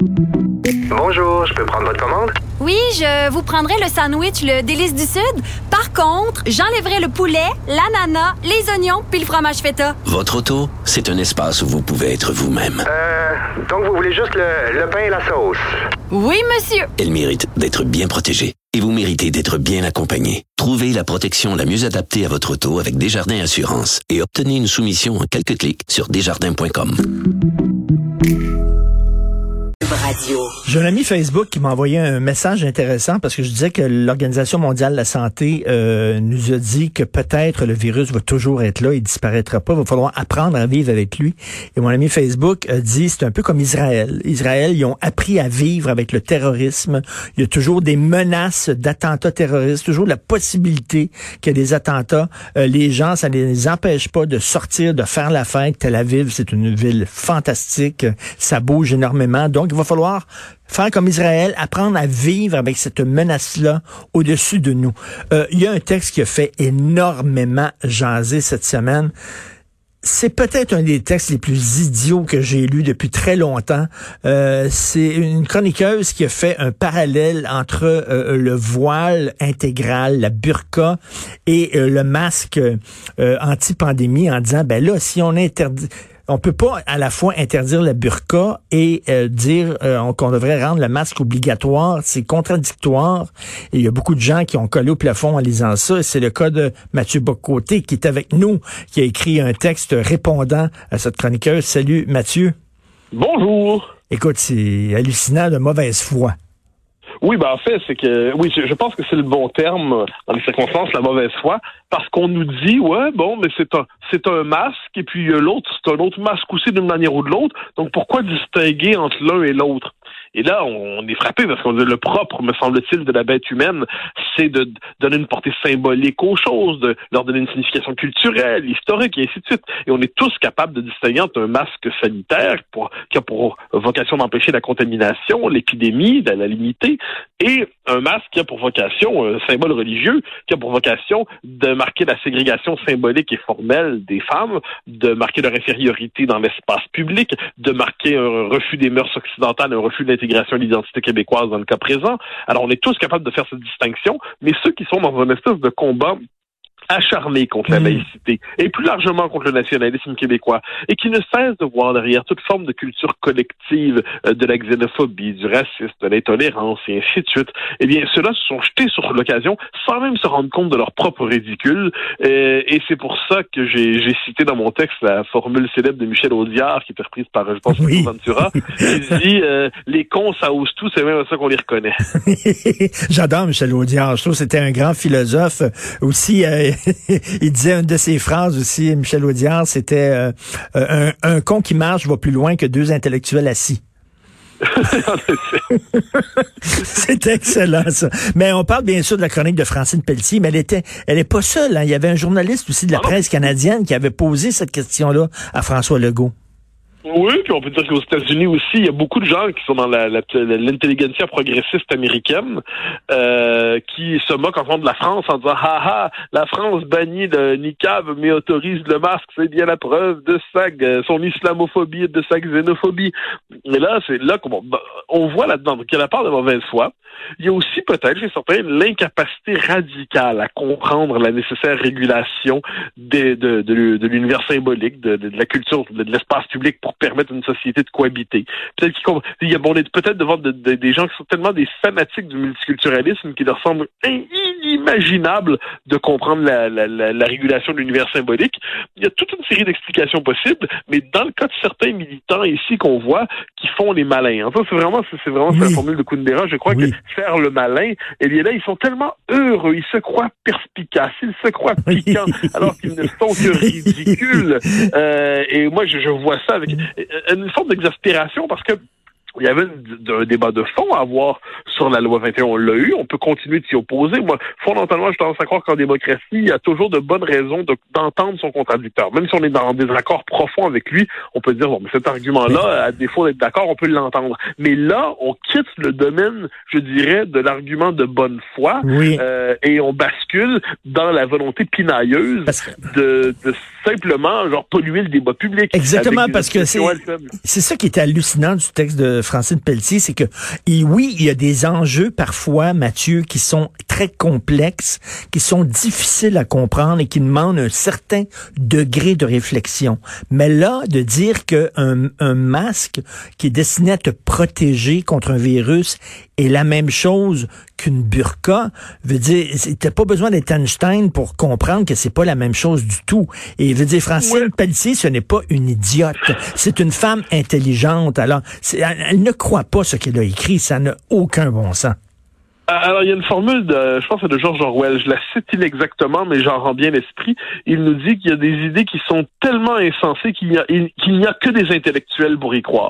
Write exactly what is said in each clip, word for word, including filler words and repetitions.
Bonjour, je peux prendre votre commande? Oui, je vous prendrai le sandwich, le délice du Sud. Par contre, j'enlèverai le poulet, l'ananas, les oignons puis le fromage feta. Votre auto, c'est un espace où vous pouvez être vous-même. Euh, donc vous voulez juste le, le pain et la sauce? Oui, monsieur. Elle mérite d'être bien protégée. Et vous méritez d'être bien accompagné. Trouvez la protection la mieux adaptée à votre auto avec Desjardins Assurance et obtenez une soumission en quelques clics sur desjardins point com. J'ai un ami Facebook qui m'a envoyé un message intéressant parce que je disais que l'Organisation mondiale de la santé euh, nous a dit que peut-être le virus va toujours être là, il disparaîtra pas, il va falloir apprendre à vivre avec lui. Et mon ami Facebook a dit, c'est un peu comme Israël. Israël, ils ont appris à vivre avec le terrorisme. Il y a toujours des menaces d'attentats terroristes, toujours la possibilité qu'il y ait des attentats. Euh, les gens, ça ne les empêche pas de sortir, de faire la fête. Tel Aviv, c'est une ville fantastique, ça bouge énormément. Donc, il va falloir faire comme Israël, apprendre à vivre avec cette menace-là au-dessus de nous. Euh, il y a un texte qui a fait énormément jaser cette semaine. C'est peut-être un des textes les plus idiots que j'ai lus depuis très longtemps. Euh, c'est une chroniqueuse qui a fait un parallèle entre euh, le voile intégral, la burqa, et euh, le masque euh, anti-pandémie en disant, ben là, si on interdit... On peut pas à la fois interdire la burqa et euh, dire euh, qu'on devrait rendre le masque obligatoire. C'est contradictoire. Et il y a beaucoup de gens qui ont collé au plafond en lisant ça. C'est le cas de Mathieu Bock-Côté qui est avec nous, qui a écrit un texte répondant à cette chroniqueuse. Salut Mathieu. Bonjour. Écoute, c'est hallucinant de mauvaise foi. Oui, ben en fait, c'est que oui, je, je pense que c'est le bon terme dans les circonstances, la mauvaise foi, parce qu'on nous dit ouais, bon, mais c'est un c'est un masque et puis l'autre c'est un autre masque aussi d'une manière ou de l'autre. Donc pourquoi distinguer entre l'un et l'autre? Et là, on est frappé parce qu'on dit le propre, me semble-t-il, de la bête humaine, c'est de donner une portée symbolique aux choses, de leur donner une signification culturelle, historique, et ainsi de suite. Et on est tous capables de distinguer entre un masque sanitaire pour, qui a pour vocation d'empêcher la contamination, l'épidémie, de la limiter, et un masque qui a pour vocation, un symbole religieux, qui a pour vocation de marquer la ségrégation symbolique et formelle des femmes, de marquer leur infériorité dans l'espace public, de marquer un refus des mœurs occidentales, un refus de l'intégration et de l'identité québécoise dans le cas présent. Alors, on est tous capables de faire cette distinction, mais ceux qui sont dans un espèce de combat acharné contre la laïcité et plus largement contre le nationalisme québécois et qui ne cesse de voir derrière toute forme de culture collective euh, de la xénophobie, du racisme, de l'intolérance et ainsi de suite, eh bien ceux-là se sont jetés sur l'occasion sans même se rendre compte de leur propre ridicule euh, et c'est pour ça que j'ai, j'ai cité dans mon texte la formule célèbre de Michel Audiard qui est reprise par, je pense, oui. Ventura, qui dit euh, « Les cons, ça ose tout, c'est même à ça qu'on les reconnaît. » J'adore Michel Audiard, je trouve que c'était un grand philosophe aussi. Euh, il disait une de ses phrases aussi, Michel Audiard, c'était euh, un, un con qui marche va plus loin que deux intellectuels assis. C'est excellent ça. Mais on parle bien sûr de la chronique de Francine Pelletier, mais elle était, elle est pas seule. Hein. Il y avait un journaliste aussi de la presse canadienne qui avait posé cette question-là à François Legault. Oui, puis on peut dire qu'aux États-Unis aussi, il y a beaucoup de gens qui sont dans la, la, l'intelligentsia progressiste américaine euh, qui se moquent en fond de la France en disant « Ha ha, la France bannit le niqab mais autorise le masque, c'est bien la preuve de sa, son islamophobie et de sa xénophobie. » Et là, c'est là qu'on on voit là-dedans qu'il y a la part de mauvaise foi. Il y a aussi peut-être, chez certains, l'incapacité radicale à comprendre la nécessaire régulation de, de, de, de l'univers symbolique, de, de, de la culture, de, de l'espace public pour permettre à une société de cohabiter. Peut-être qu'il y a, bon, on est peut-être devant de, de, des gens qui sont tellement des fanatiques du multiculturalisme qu'il leur semble inimaginable de comprendre la, la, la, la régulation de l'univers symbolique. Il y a toute une série d'explications possibles, mais dans le cas de certains militants ici qu'on voit qui font les malins. En fait, c'est vraiment, c'est vraiment oui. la formule de Kundera. Je crois oui. que faire le malin, et bien là, ils sont tellement heureux, ils se croient perspicaces, ils se croient piquants, alors qu'ils ne sont que ridicules. Euh, et moi, je, je vois ça avec une forme d'exaspération parce que il y avait un débat de fond à avoir sur la loi vingt et un. On l'a eu, on peut continuer de s'y opposer. Moi, fondamentalement, j'ai tendance à croire qu'en démocratie, il y a toujours de bonnes raisons de, d'entendre son contradicteur. Même si on est dans des accords profonds avec lui, on peut dire, bon, mais cet argument-là, à défaut d'être d'accord, on peut l'entendre. Mais là, on quitte le domaine, je dirais, de l'argument de bonne foi, oui. euh, et on bascule dans la volonté pinailleuse que... de, de simplement, genre, polluer le débat public. Exactement, parce que c'est, c'est ça qui est hallucinant du texte de Francine Pelletier, c'est que, et oui, il y a des enjeux parfois, Mathieu, qui sont très complexes, qui sont difficiles à comprendre et qui demandent un certain degré de réflexion. Mais là, de dire qu'un un masque qui est destiné à te protéger contre un virus est la même chose qu'une burqa, veut dire, t'as pas besoin d'être Einstein pour comprendre que c'est pas la même chose du tout. Et veut dire, Francine ouais. Pelletier, ce n'est pas une idiote. C'est une femme intelligente. Alors, elle, elle ne croit pas ce qu'elle a écrit. Ça n'a aucun bon sens. Alors, il y a une formule de, je pense, c'est de George Orwell. Je la cite inexactement, mais j'en rends bien l'esprit. Il nous dit qu'il y a des idées qui sont tellement insensées qu'il n'y a, qu'il n'y a que des intellectuels pour y croire.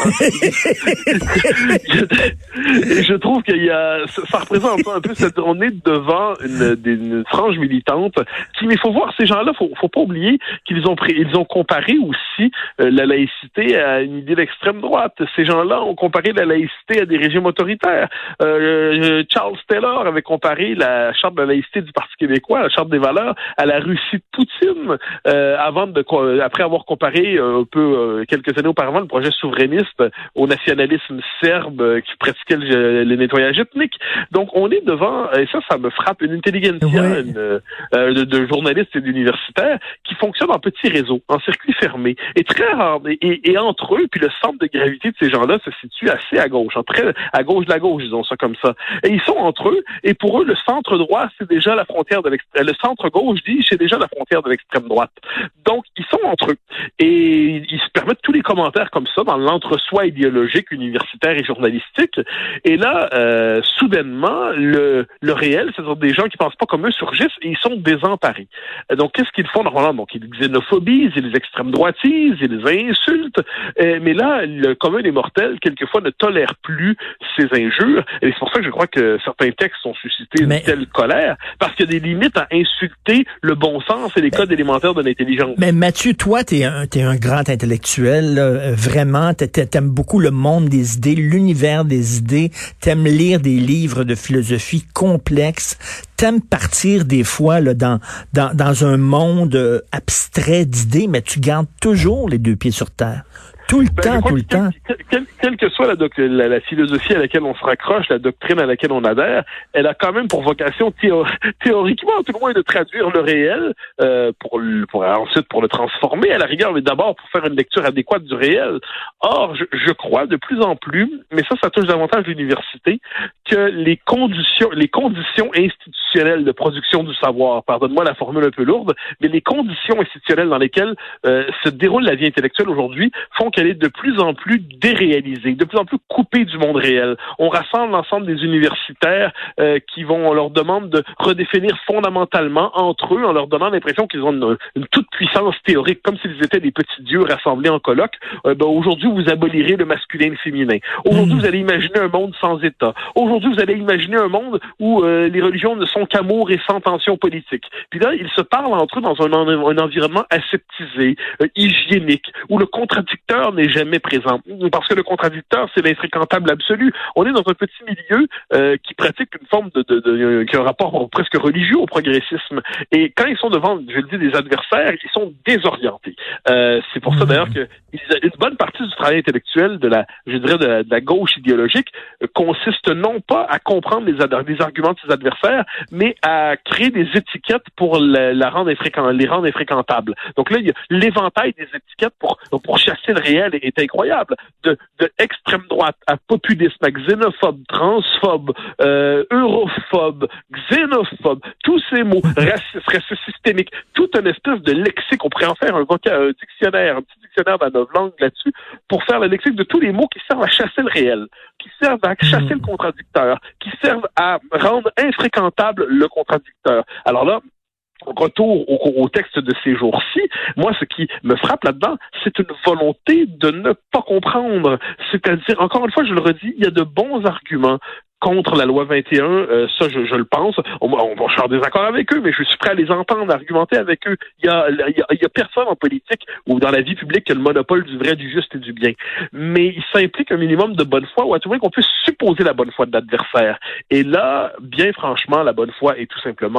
Et je trouve qu'il y a, ça représente un peu cette, on est devant une, une frange militante qui, mais il faut voir ces gens-là, faut, faut pas oublier qu'ils ont pris, ils ont comparé aussi euh, la laïcité à une idée d'extrême droite. Ces gens-là ont comparé la laïcité à des régimes autoritaires. Euh, Charles Taylor avait comparé la charte de la laïcité du Parti québécois, la charte des valeurs, à la Russie de Poutine, euh, avant de, après avoir comparé euh, un peu euh, quelques années auparavant le projet souverainiste au nationalisme serbe euh, qui pratiquait le, le nettoyage ethnique. Donc on est devant, et ça, ça me frappe, une intelligentsia ouais. une, euh, de, de journalistes et d'universitaires qui fonctionnent en petits réseaux, en circuits fermés, et très rare, et, et, et entre eux, puis le centre de gravité de ces gens-là se situe assez à gauche, très à gauche de la gauche, disons ça comme ça. Et ils sont entre eux, et pour eux, le centre droit, c'est déjà la frontière de l'extrême. Le centre gauche, dit, c'est déjà la frontière de l'extrême droite. Donc, ils sont entre eux. Et ils se permettent tous les commentaires comme ça dans l'entre-soi idéologique, universitaire et journalistique. Et là, euh, soudainement, le, le réel, c'est-à-dire des gens qui pensent pas comme eux, surgissent et ils sont désemparés. Donc, qu'est-ce qu'ils font normalement? Donc, ils xénophobiesent, ils les extrême droitisent, ils les insultent. Euh, mais là, le commun des mortels, quelquefois, ne tolère plus ces injures. Et c'est pour ça que je crois que certains textes ont suscité une mais, telle colère, parce qu'il y a des limites à insulter le bon sens et les codes élémentaires de l'intelligence. Mais Mathieu, toi, t'es un, t'es un grand intellectuel, là, vraiment, t'aimes beaucoup le monde des idées, l'univers des idées, t'aimes lire des livres de philosophie complexes, t'aimes partir des fois là, dans, dans, dans un monde euh, abstrait d'idées, mais tu gardes toujours les deux pieds sur terre. Tout le ben, temps, tout le quel, temps. Quelle quel, quel que soit la, doc, la, la philosophie à laquelle on se raccroche, la doctrine à laquelle on adhère, elle a quand même pour vocation théo- théoriquement, tout le moins, de traduire le réel euh, pour, le, pour ensuite pour le transformer à la rigueur, mais d'abord pour faire une lecture adéquate du réel. Or, je, je crois de plus en plus, mais ça, ça touche davantage l'université, que les conditions, les conditions institutionnelles de production du savoir, pardonne-moi la formule un peu lourde, mais les conditions institutionnelles dans lesquelles euh, se déroule la vie intellectuelle aujourd'hui font qu'elle est de plus en plus déréalisée, de plus en plus coupée du monde réel. On rassemble l'ensemble des universitaires euh, qui vont, on leur demande de redéfinir fondamentalement entre eux, en leur donnant l'impression qu'ils ont une, une toute puissance théorique, comme s'ils étaient des petits dieux rassemblés en colloque. Euh, ben, aujourd'hui, vous abolirez le masculin et le féminin. Aujourd'hui, mmh. vous allez imaginer un monde sans État. Aujourd'hui, vous allez imaginer un monde où euh, les religions ne sont qu'amour et sans tension politique. Puis là, ils se parlent entre eux dans un, un environnement aseptisé, euh, hygiénique, où le contradicteur n'est jamais présent. Parce que le contradicteur, c'est l'infréquentable absolu. On est dans un petit milieu euh, qui pratique une forme de, de, de, de qui a un rapport presque religieux au progressisme. Et quand ils sont devant, je le dis, des adversaires, ils sont désorientés. Euh, c'est pour ça d'ailleurs que une bonne partie du travail intellectuel de la, je dirais, de la, de la gauche idéologique euh, consiste non pas à comprendre les, ad- les arguments de ses adversaires, mais à créer des étiquettes pour la, la rendre infréquent, les rendre infréquentables. Donc là, il y a l'éventail des étiquettes pour, pour chasser le réel est incroyable. De, de extrême droite à populisme, à xénophobe, transphobe, euh, europhobe, xénophobe, tous ces mots, raciste, raciste systémique, tout un espèce de lexique. On pourrait en faire un vocabulaire, un dictionnaire, un petit dictionnaire dans notre langue là-dessus, pour faire le lexique de tous les mots qui servent à chasser le réel, qui servent à chasser le contradicteur, qui servent à rendre infréquentable le contradicteur. Alors là, retour au, au texte de ces jours-ci, moi, ce qui me frappe là-dedans, c'est une volonté de ne pas comprendre. C'est-à-dire, encore une fois, je le redis, il y a de bons arguments contre la loi vingt et un, euh, ça je, je le pense. On, on va faire des accords avec eux, mais je suis prêt à les entendre, à argumenter avec eux. Il y a, il y a, il y a personne en politique ou dans la vie publique qui a le monopole du vrai, du juste et du bien. Mais ça implique un minimum de bonne foi, ou à tout moins qu'on puisse supposer la bonne foi de l'adversaire. Et là, bien franchement, la bonne foi est tout simplement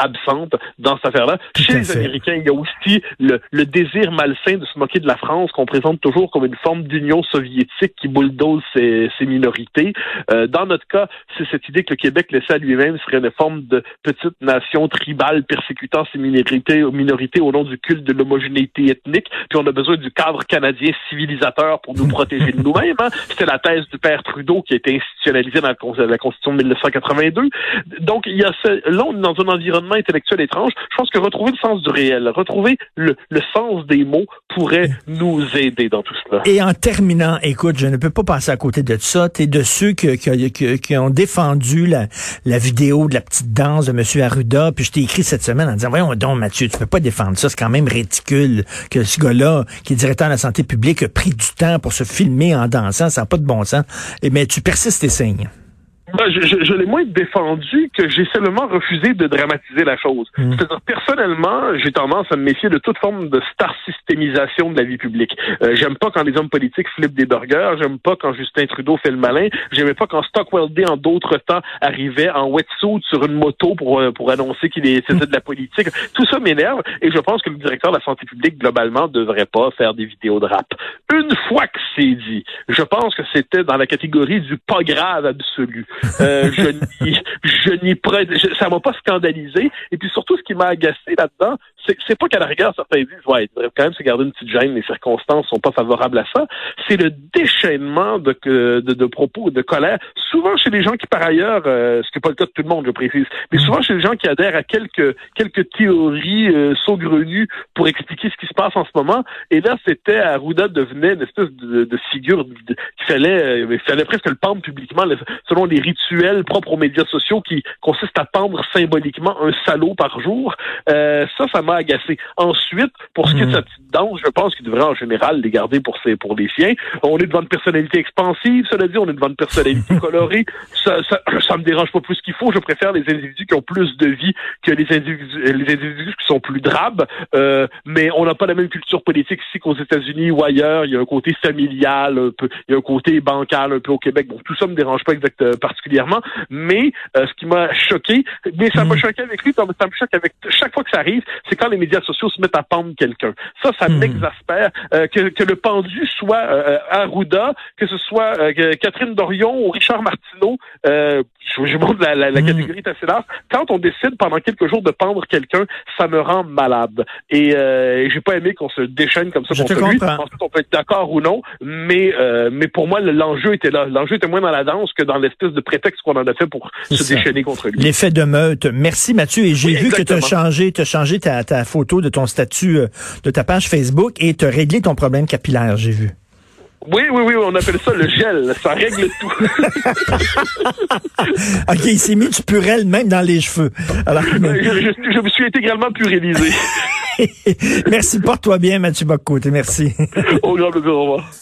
absente dans cette affaire-là. Tout Chez les Américains, il y a aussi le, le désir malsain de se moquer de la France, qu'on présente toujours comme une forme d'union soviétique qui bulldoze ses, ses minorités. Euh, dans notre cas, c'est cette idée que le Québec laissé à lui-même serait une forme de petite nation tribale persécutant ses minorités, minorités au nom du culte de l'homogénéité ethnique. Puis on a besoin du cadre canadien civilisateur pour nous protéger de nous-mêmes. Hein. C'était la thèse du père Trudeau qui a été institutionnalisée dans la, la Constitution de mille neuf cent quatre-vingt-deux. Donc, il y a ce, là, on est dans un environnement intellectuel étrange. Je pense que retrouver le sens du réel, retrouver le, le sens des mots pourrait nous aider dans tout cela. Et en terminant, écoute, je ne peux pas passer à côté de ça. T'es de ceux qui, qui, qui, qui ont défendu la, la vidéo de la petite danse de M. Arruda, puis je t'ai écrit cette semaine en disant, voyons donc, Mathieu, tu peux pas défendre ça, c'est quand même ridicule que ce gars-là, qui est directeur de la santé publique, a pris du temps pour se filmer en dansant, ça n'a pas de bon sens. Et mais tu persistes tes signes. Ben, je, je, je l'ai moins défendu que j'ai seulement refusé de dramatiser la chose. Mmh. C'est-à-dire, personnellement, j'ai tendance à me méfier de toute forme de star systémisation de la vie publique. Euh, j'aime pas quand les hommes politiques flippent des burgers, j'aime pas quand Justin Trudeau fait le malin, j'aimais pas quand Stockwell Day, en d'autres temps, arrivait en wetsuit sur une moto pour pour annoncer qu'il faisait de la politique. Tout ça m'énerve et je pense que le directeur de la santé publique, globalement, devrait pas faire des vidéos de rap. Une fois que c'est dit, je pense que c'était dans la catégorie du pas grave absolu. Euh, je n'y, je n'y prête, je, ça m'a pas scandalisé. Et puis surtout, ce qui m'a agacé là-dedans, c'est, c'est pas qu'à la rigueur, certains disent, ouais, il devrait quand même se garder une petite gêne, les circonstances sont pas favorables à ça. C'est le déchaînement de, de, de propos, de colère, souvent chez les gens qui, par ailleurs, euh, ce qui n'est pas le cas de tout le monde, je précise, mais souvent chez les gens qui adhèrent à quelques, quelques théories euh, saugrenues pour expliquer ce qui se passe en ce moment. Et là, c'était, Arruda devenait une espèce de, de figure de, de, qu'il fallait, euh, il fallait presque le pendre publiquement, selon les rituels propres aux médias sociaux qui consistent à pendre symboliquement un salaud par jour. Euh, ça, ça m'a agacé. Ensuite, pour ce qui est de sa petite danse, je pense qu'il devrait en général les garder pour ses, pour les siens. On est devant une personnalité expansive, cela dit, on est devant une personnalité colorée. Ça, ça, ça me dérange pas plus qu'il faut. Je préfère les individus qui ont plus de vie que les individus, les individus qui sont plus drabes. Euh, mais on n'a pas la même culture politique ici qu'aux États-Unis ou ailleurs. Il y a un côté familial, un peu, il y a un côté bancal un peu au Québec. Bon, tout ça me dérange pas exactement particulièrement, mais euh, ce qui m'a choqué, mais ça m'a choqué avec lui, ça me choque avec chaque fois que ça arrive, c'est quand les médias sociaux se mettent à pendre quelqu'un. Ça, ça mmh. m'exaspère. Euh, que, que le pendu soit euh, Arruda, que ce soit euh, Catherine Dorion ou Richard Martineau, euh, je, je montre la, la, la mmh. catégorie est assez large. Quand on décide pendant quelques jours de pendre quelqu'un, ça me rend malade. Et euh, j'ai pas aimé qu'on se déchaîne comme ça je contre lui. Ensuite, on peut être d'accord ou non, mais euh, mais pour moi, l'enjeu était là. L'enjeu était moins dans la danse que dans l'espèce de prétexte qu'on en a fait pour c'est se ça. déchaîner contre lui. L'effet de meute. Merci Mathieu. Et j'ai oui, vu exactement. que tu as changé, t'as changé ta, ta photo de ton statut euh, de ta page Facebook et tu as réglé ton problème capillaire, j'ai vu. Oui, oui, oui, on appelle ça le gel. Ça règle tout. OK, il s'est mis du purel même dans les cheveux. Alors, je, je, je me suis intégralement purélisé. Merci, porte-toi bien, Mathieu Bock-Côté. Merci. Au grand plaisir, au revoir.